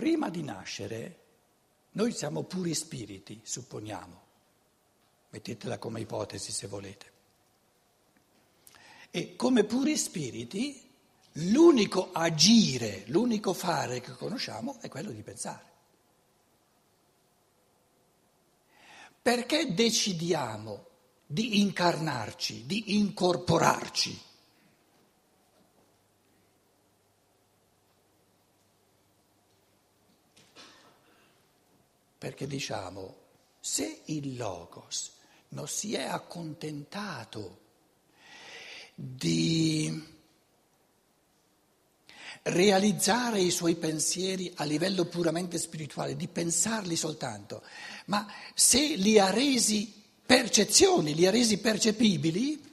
prima di nascere noi siamo puri spiriti, supponiamo, mettetela come ipotesi se volete, e come puri spiriti l'unico agire, l'unico fare che conosciamo è quello di pensare. Perché decidiamo di incarnarci, di incorporarci? Perché diciamo, se il Logos non si è accontentato di realizzare i suoi pensieri a livello puramente spirituale, di pensarli soltanto, ma se li ha resi percezioni, li ha resi percepibili,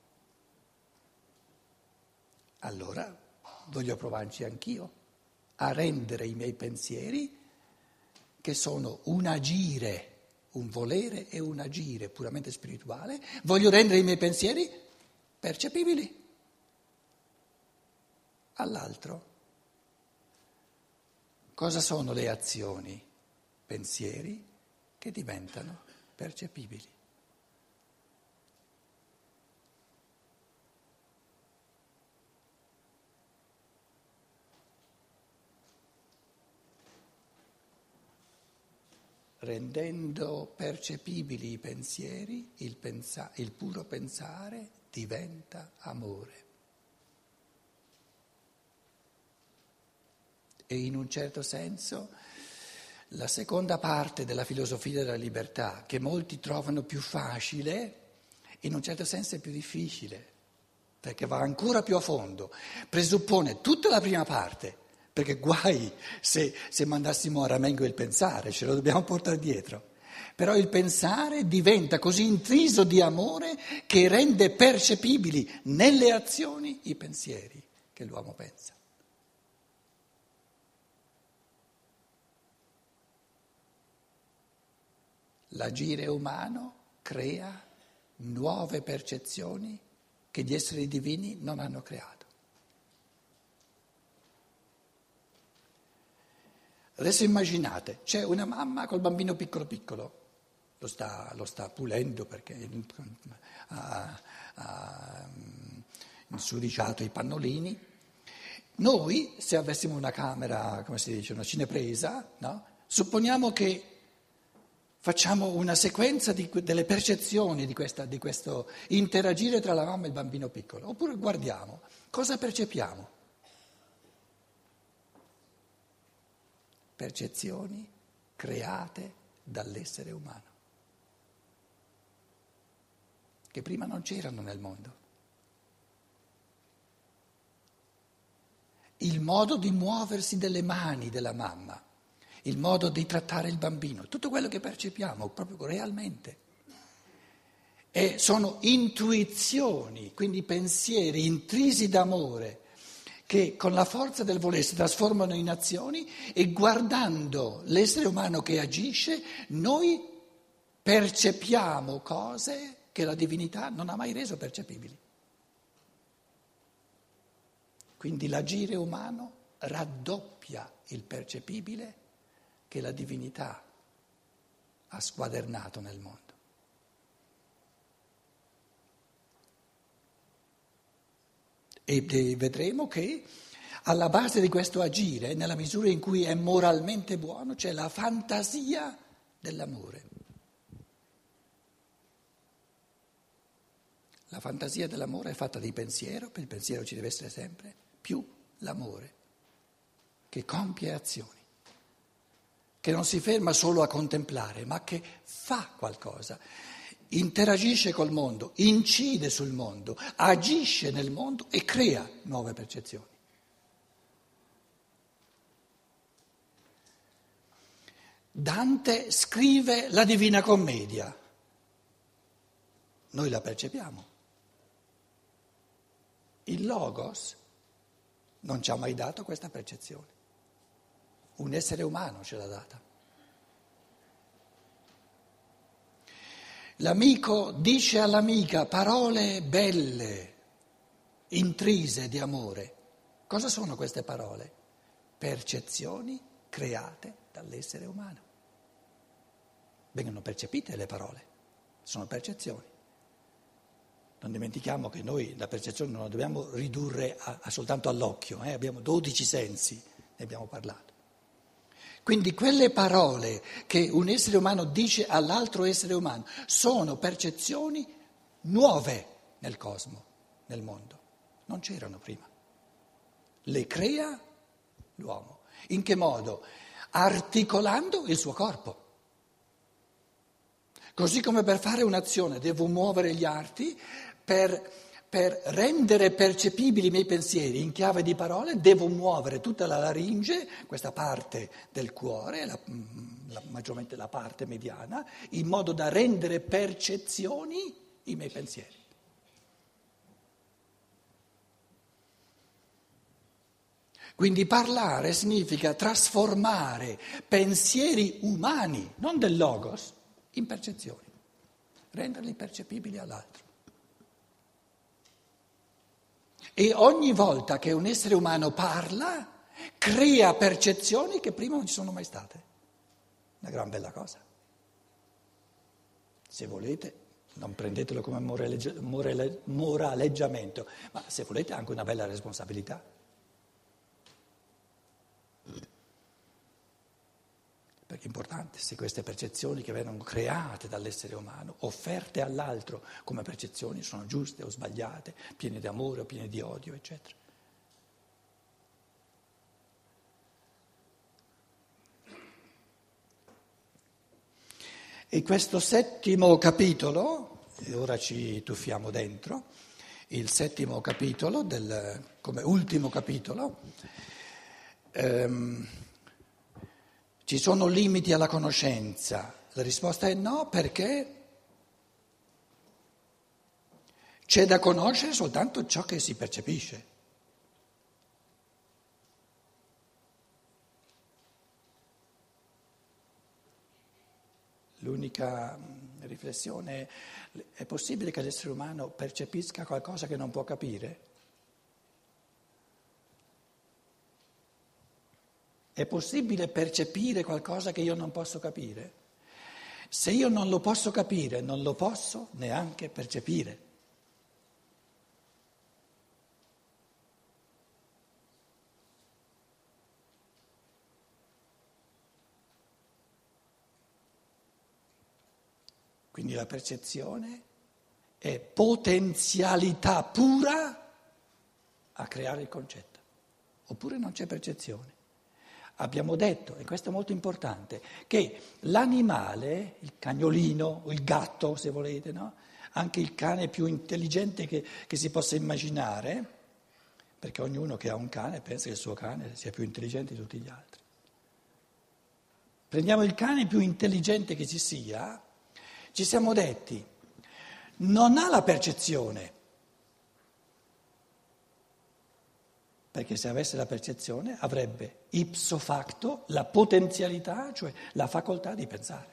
allora voglio provarci anch'io a rendere i miei pensieri, che sono un agire, un volere e un agire puramente spirituale, voglio rendere i miei pensieri percepibili all'altro. Cosa sono le azioni? Pensieri che diventano percepibili. Rendendo percepibili i pensieri, il puro pensare diventa amore. E in un certo senso la seconda parte della filosofia della libertà, che molti trovano più facile, in un certo senso è più difficile, perché va ancora più a fondo, presuppone tutta la prima parte. Perché guai se mandassimo a ramengo il pensare, ce lo dobbiamo portare dietro. Però il pensare diventa così intriso di amore che rende percepibili nelle azioni i pensieri che l'uomo pensa. L'agire umano crea nuove percezioni che gli esseri divini non hanno creato. Adesso immaginate, c'è una mamma col bambino piccolo piccolo, lo sta pulendo perché ha insudiciato i pannolini. Noi, se avessimo una camera, come si dice, una cinepresa, no? Supponiamo che facciamo una sequenza delle percezioni di questo interagire tra la mamma e il bambino piccolo, oppure guardiamo, cosa percepiamo? Percezioni create dall'essere umano, che prima non c'erano nel mondo. Il modo di muoversi delle mani della mamma, il modo di trattare il bambino, tutto quello che percepiamo proprio realmente. E sono intuizioni, quindi pensieri intrisi d'amore, che con la forza del volere si trasformano in azioni e guardando l'essere umano che agisce, noi percepiamo cose che la divinità non ha mai reso percepibili. Quindi l'agire umano raddoppia il percepibile che la divinità ha squadernato nel mondo. E vedremo che alla base di questo agire, nella misura in cui è moralmente buono, c'è la fantasia dell'amore. La fantasia dell'amore è fatta di pensiero, per il pensiero ci deve essere sempre, più l'amore, che compie azioni, che non si ferma solo a contemplare, ma che fa qualcosa. Interagisce col mondo, incide sul mondo, agisce nel mondo e crea nuove percezioni. Dante scrive la Divina Commedia, noi la percepiamo. Il Logos non ci ha mai dato questa percezione, un essere umano ce l'ha data. L'amico dice all'amica parole belle, intrise di amore. Cosa sono queste parole? Percezioni create dall'essere umano. Vengono percepite le parole, sono percezioni. Non dimentichiamo che noi la percezione non la dobbiamo ridurre soltanto all'occhio, abbiamo 12 sensi, ne abbiamo parlato. Quindi quelle parole che un essere umano dice all'altro essere umano sono percezioni nuove nel cosmo, nel mondo, non c'erano prima. Le crea l'uomo. In che modo? Articolando il suo corpo. Così come per fare un'azione devo muovere gli arti, per rendere percepibili i miei pensieri in chiave di parole, devo muovere tutta la laringe, questa parte del cuore, maggiormente la parte mediana, in modo da rendere percezioni i miei pensieri. Quindi parlare significa trasformare pensieri umani, non del logos, in percezioni, renderli percepibili all'altro. E ogni volta che un essere umano parla, crea percezioni che prima non ci sono mai state. Una gran bella cosa. Se volete, non prendetelo come moraleggiamento, ma se volete anche una bella responsabilità. Perché è importante se queste percezioni che vengono create dall'essere umano, offerte all'altro come percezioni, sono giuste o sbagliate, piene di amore o piene di odio, eccetera. E questo settimo capitolo, e ora ci tuffiamo dentro, il settimo capitolo, come ultimo capitolo, ci sono limiti alla conoscenza? La risposta è no, perché c'è da conoscere soltanto ciò che si percepisce. L'unica riflessione è possibile che l'essere umano percepisca qualcosa che non può capire? È possibile percepire qualcosa che io non posso capire? Se io non lo posso capire, non lo posso neanche percepire. Quindi la percezione è potenzialità pura a creare il concetto, oppure non c'è percezione. Abbiamo detto, e questo è molto importante, che l'animale, il cagnolino o il gatto se volete, no? Anche il cane più intelligente che si possa immaginare, perché ognuno che ha un cane pensa che il suo cane sia più intelligente di tutti gli altri. Prendiamo il cane più intelligente che ci sia, ci siamo detti, non ha la percezione, perché se avesse la percezione avrebbe ipso facto la potenzialità, cioè la facoltà di pensare.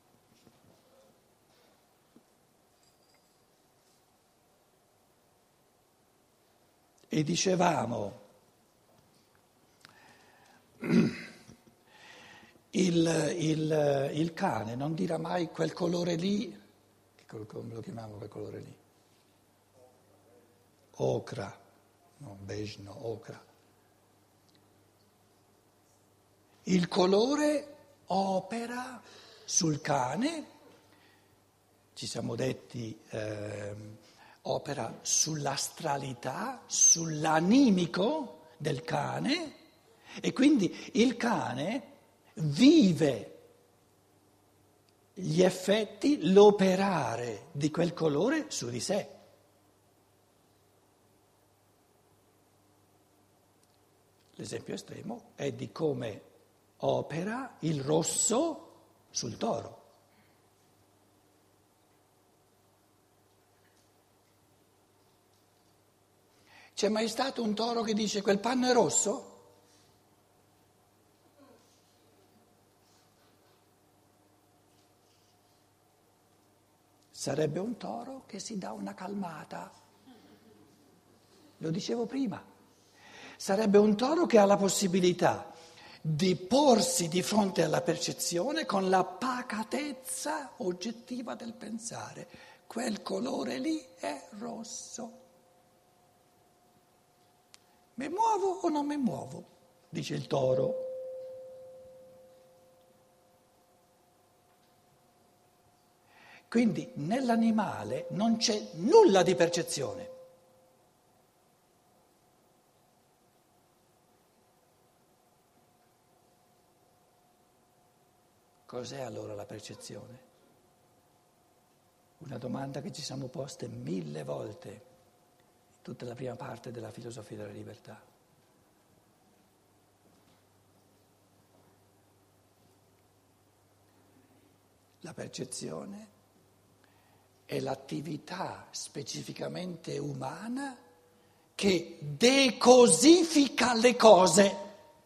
E dicevamo, il cane non dirà mai quel colore lì, come lo chiamiamo quel colore lì? Ocra. No, beige, no, ocra. Il colore opera sul cane, ci siamo detti, opera sull'astralità, sull'animico del cane e quindi il cane vive gli effetti, l'operare di quel colore su di sé. L'esempio estremo è di come opera il rosso sul toro. C'è mai stato un toro che dice quel panno è rosso? Sarebbe un toro che si dà una calmata. Lo dicevo prima. Sarebbe un toro che ha la possibilità di porsi di fronte alla percezione con la pacatezza oggettiva del pensare. Quel colore lì è rosso. Mi muovo o non mi muovo? Dice il toro. Quindi nell'animale non c'è nulla di percezione. Cos'è allora la percezione? Una domanda che ci siamo poste 1000 volte in tutta la prima parte della filosofia della libertà. La percezione è l'attività specificamente umana che decosifica le cose.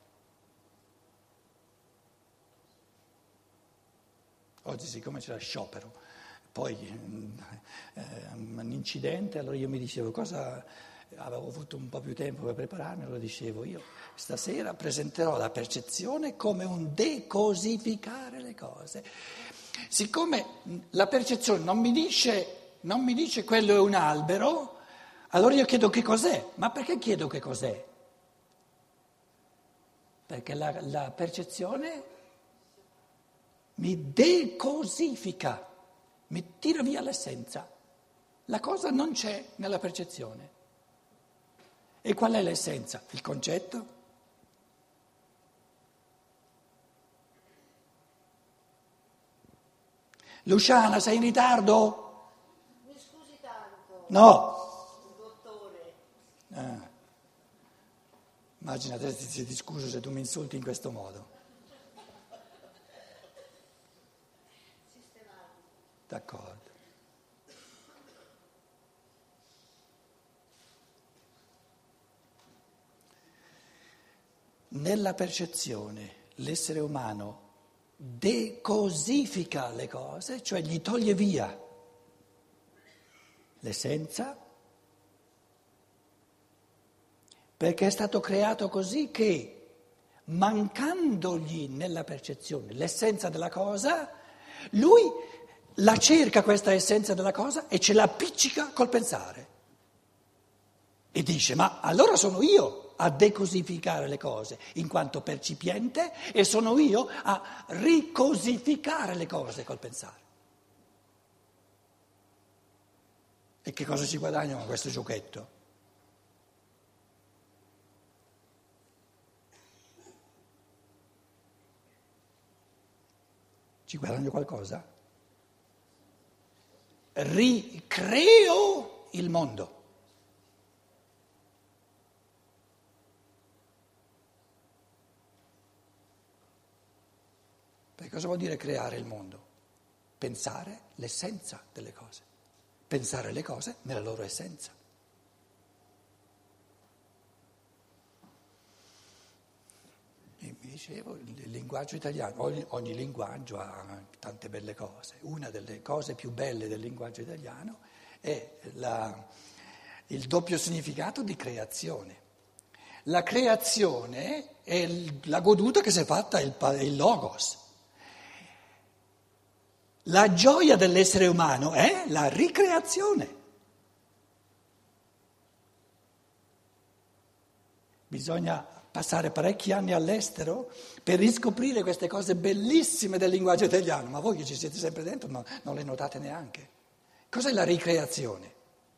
Oggi siccome c'era sciopero, poi un incidente, allora io mi dicevo avevo avuto un po' più tempo per prepararmi, allora dicevo io stasera presenterò la percezione come un decosificare le cose. Siccome la percezione non mi dice quello è un albero, allora io chiedo che cos'è. Ma perché chiedo che cos'è? Perché la percezione mi decosifica, mi tira via l'essenza. La cosa non c'è nella percezione. E qual è l'essenza? Il concetto? Luciana, sei in ritardo? Mi scusi tanto. No. Dottore. Immaginate se ti scuso se tu mi insulti in questo modo. Sistemato. D'accordo. Nella percezione l'essere umano decosifica le cose, cioè gli toglie via l'essenza, perché è stato creato così che, mancandogli nella percezione l'essenza della cosa, lui la cerca questa essenza della cosa e ce la appiccica col pensare. E dice, ma allora sono io a decosificare le cose in quanto percipiente e sono io a ricosificare le cose col pensare. E che cosa ci guadagno con questo giochetto? Ci guadagno qualcosa? Ricreo il mondo. Perché cosa vuol dire creare il mondo? Pensare l'essenza delle cose, pensare le cose nella loro essenza. E mi dicevo, il linguaggio italiano, ogni linguaggio ha tante belle cose. Una delle cose più belle del linguaggio italiano è il doppio significato di creazione. La creazione è la goduta che si è fatta il logos. La gioia dell'essere umano è la ricreazione. Bisogna passare parecchi anni all'estero per riscoprire queste cose bellissime del linguaggio italiano, ma voi che ci siete sempre dentro non le notate neanche. Cos'è la ricreazione?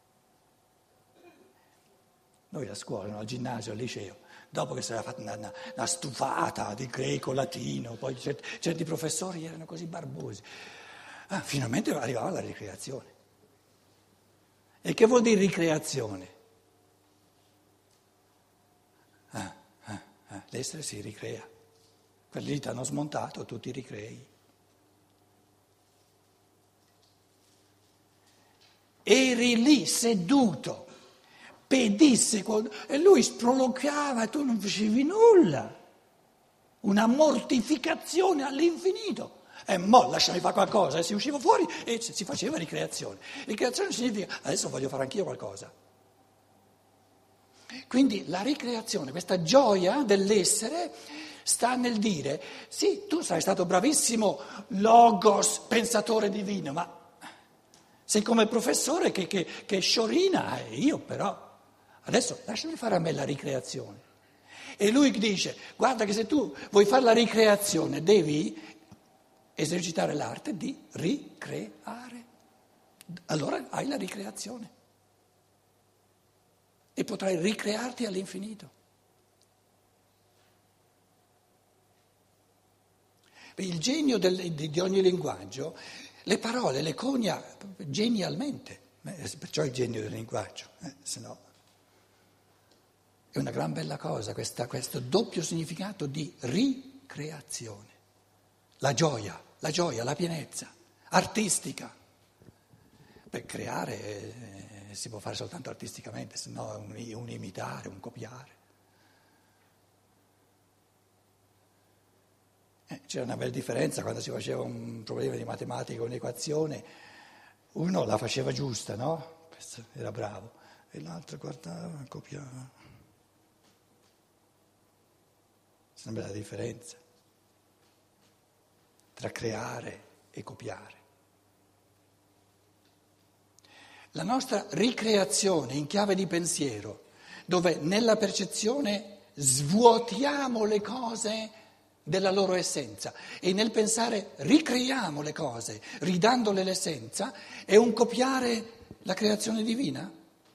Noi a scuola, no, al ginnasio, al liceo, dopo che si era fatta una stufata di greco, latino, poi certi professori erano così barbosi. Finalmente arrivava la ricreazione. E che vuol dire ricreazione? L'essere si ricrea. Quelli lì ti hanno smontato, tu ti ricrei. Eri lì seduto, pedisse, e lui sproloquiava e tu non facevi nulla. Una mortificazione all'infinito. E mo' lasciami fare qualcosa, e si usciva fuori e si faceva ricreazione. Ricreazione significa adesso voglio fare anch'io qualcosa. Quindi la ricreazione, questa gioia dell'essere, sta nel dire, sì, tu sei stato bravissimo, logos, pensatore divino, ma sei come il professore che sciorina, e io però, adesso lasciami fare a me la ricreazione. E lui dice, guarda che se tu vuoi fare la ricreazione devi esercitare l'arte di ricreare. Allora hai la ricreazione e potrai ricrearti all'infinito. Il genio di ogni linguaggio, le parole le conia genialmente, perciò il genio del linguaggio, se no è una gran bella cosa questo doppio significato di ricreazione, la gioia, la pienezza artistica. Per creare si può fare soltanto artisticamente, se no è un imitare, un copiare. C'era una bella differenza quando si faceva un problema di matematica, un'equazione, uno la faceva giusta, no? Questo era bravo, e l'altro guardava, copiava. C'è una bella differenza tra creare e copiare. La nostra ricreazione in chiave di pensiero, dove nella percezione svuotiamo le cose della loro essenza e nel pensare ricreiamo le cose, ridandole l'essenza, è un copiare la creazione divina?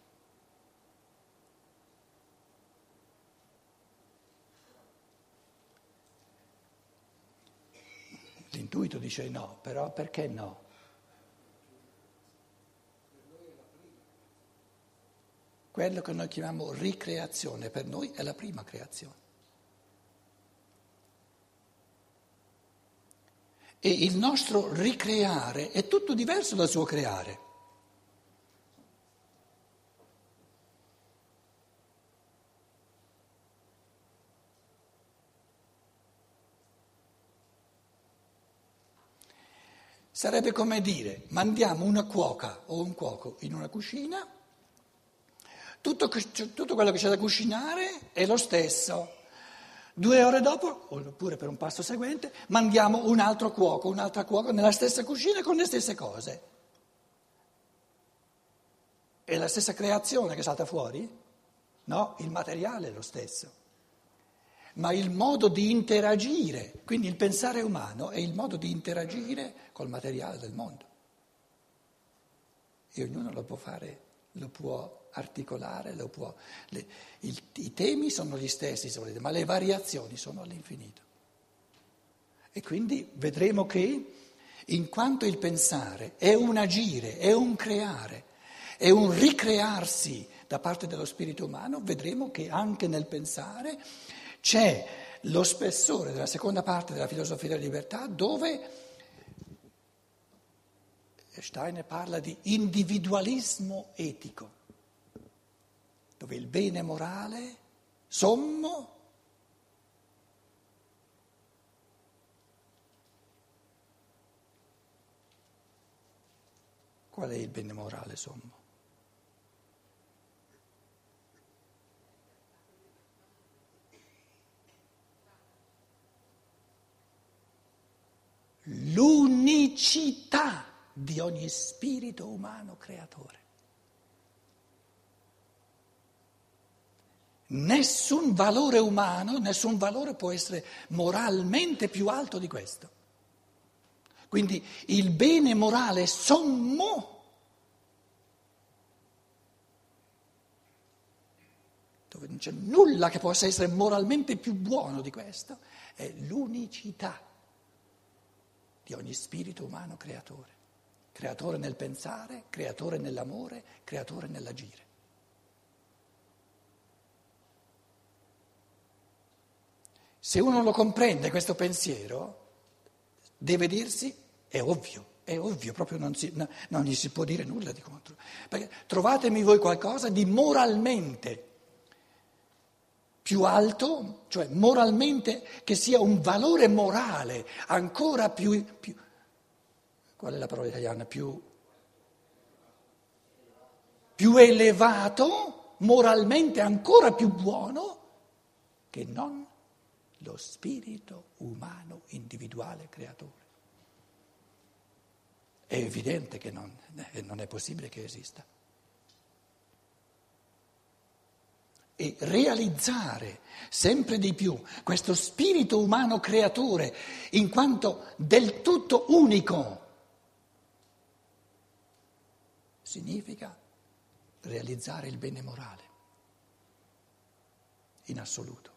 L'intuito dice no, però perché no? Quello che noi chiamiamo ricreazione per noi è la prima creazione. E il nostro ricreare è tutto diverso dal suo creare. Sarebbe come dire, mandiamo una cuoca o un cuoco in una cucina, tutto quello che c'è da cucinare è lo stesso. 2 ore dopo, oppure per un passo seguente, mandiamo un altro cuoco, un'altra cuoca nella stessa cucina con le stesse cose. È la stessa creazione che salta fuori? No, il materiale è lo stesso. Ma il modo di interagire, quindi il pensare umano è il modo di interagire col materiale del mondo. E ognuno lo può fare, lo può articolare, i temi sono gli stessi, se volete, ma le variazioni sono all'infinito. E quindi vedremo che in quanto il pensare è un agire, è un creare, è un ricrearsi da parte dello spirito umano, vedremo che anche nel pensare c'è lo spessore della seconda parte della filosofia della libertà, dove Steiner parla di individualismo etico, dove il bene morale sommo qual è il bene morale sommo? L'unicità di ogni spirito umano creatore. Nessun valore umano, nessun valore può essere moralmente più alto di questo. Quindi il bene morale sommo, dove non c'è nulla che possa essere moralmente più buono di questo, è l'unicità di ogni spirito umano creatore. Creatore nel pensare, creatore nell'amore, creatore nell'agire. Se uno lo comprende questo pensiero, deve dirsi, è ovvio, proprio non gli si può dire nulla di contro. Perché trovatemi voi qualcosa di moralmente più alto, cioè moralmente che sia un valore morale ancora più qual è la parola italiana? Più elevato, moralmente ancora più buono, che non lo spirito umano individuale creatore. È evidente che non è possibile che esista. E realizzare sempre di più questo spirito umano creatore in quanto del tutto unico significa realizzare il bene morale in assoluto.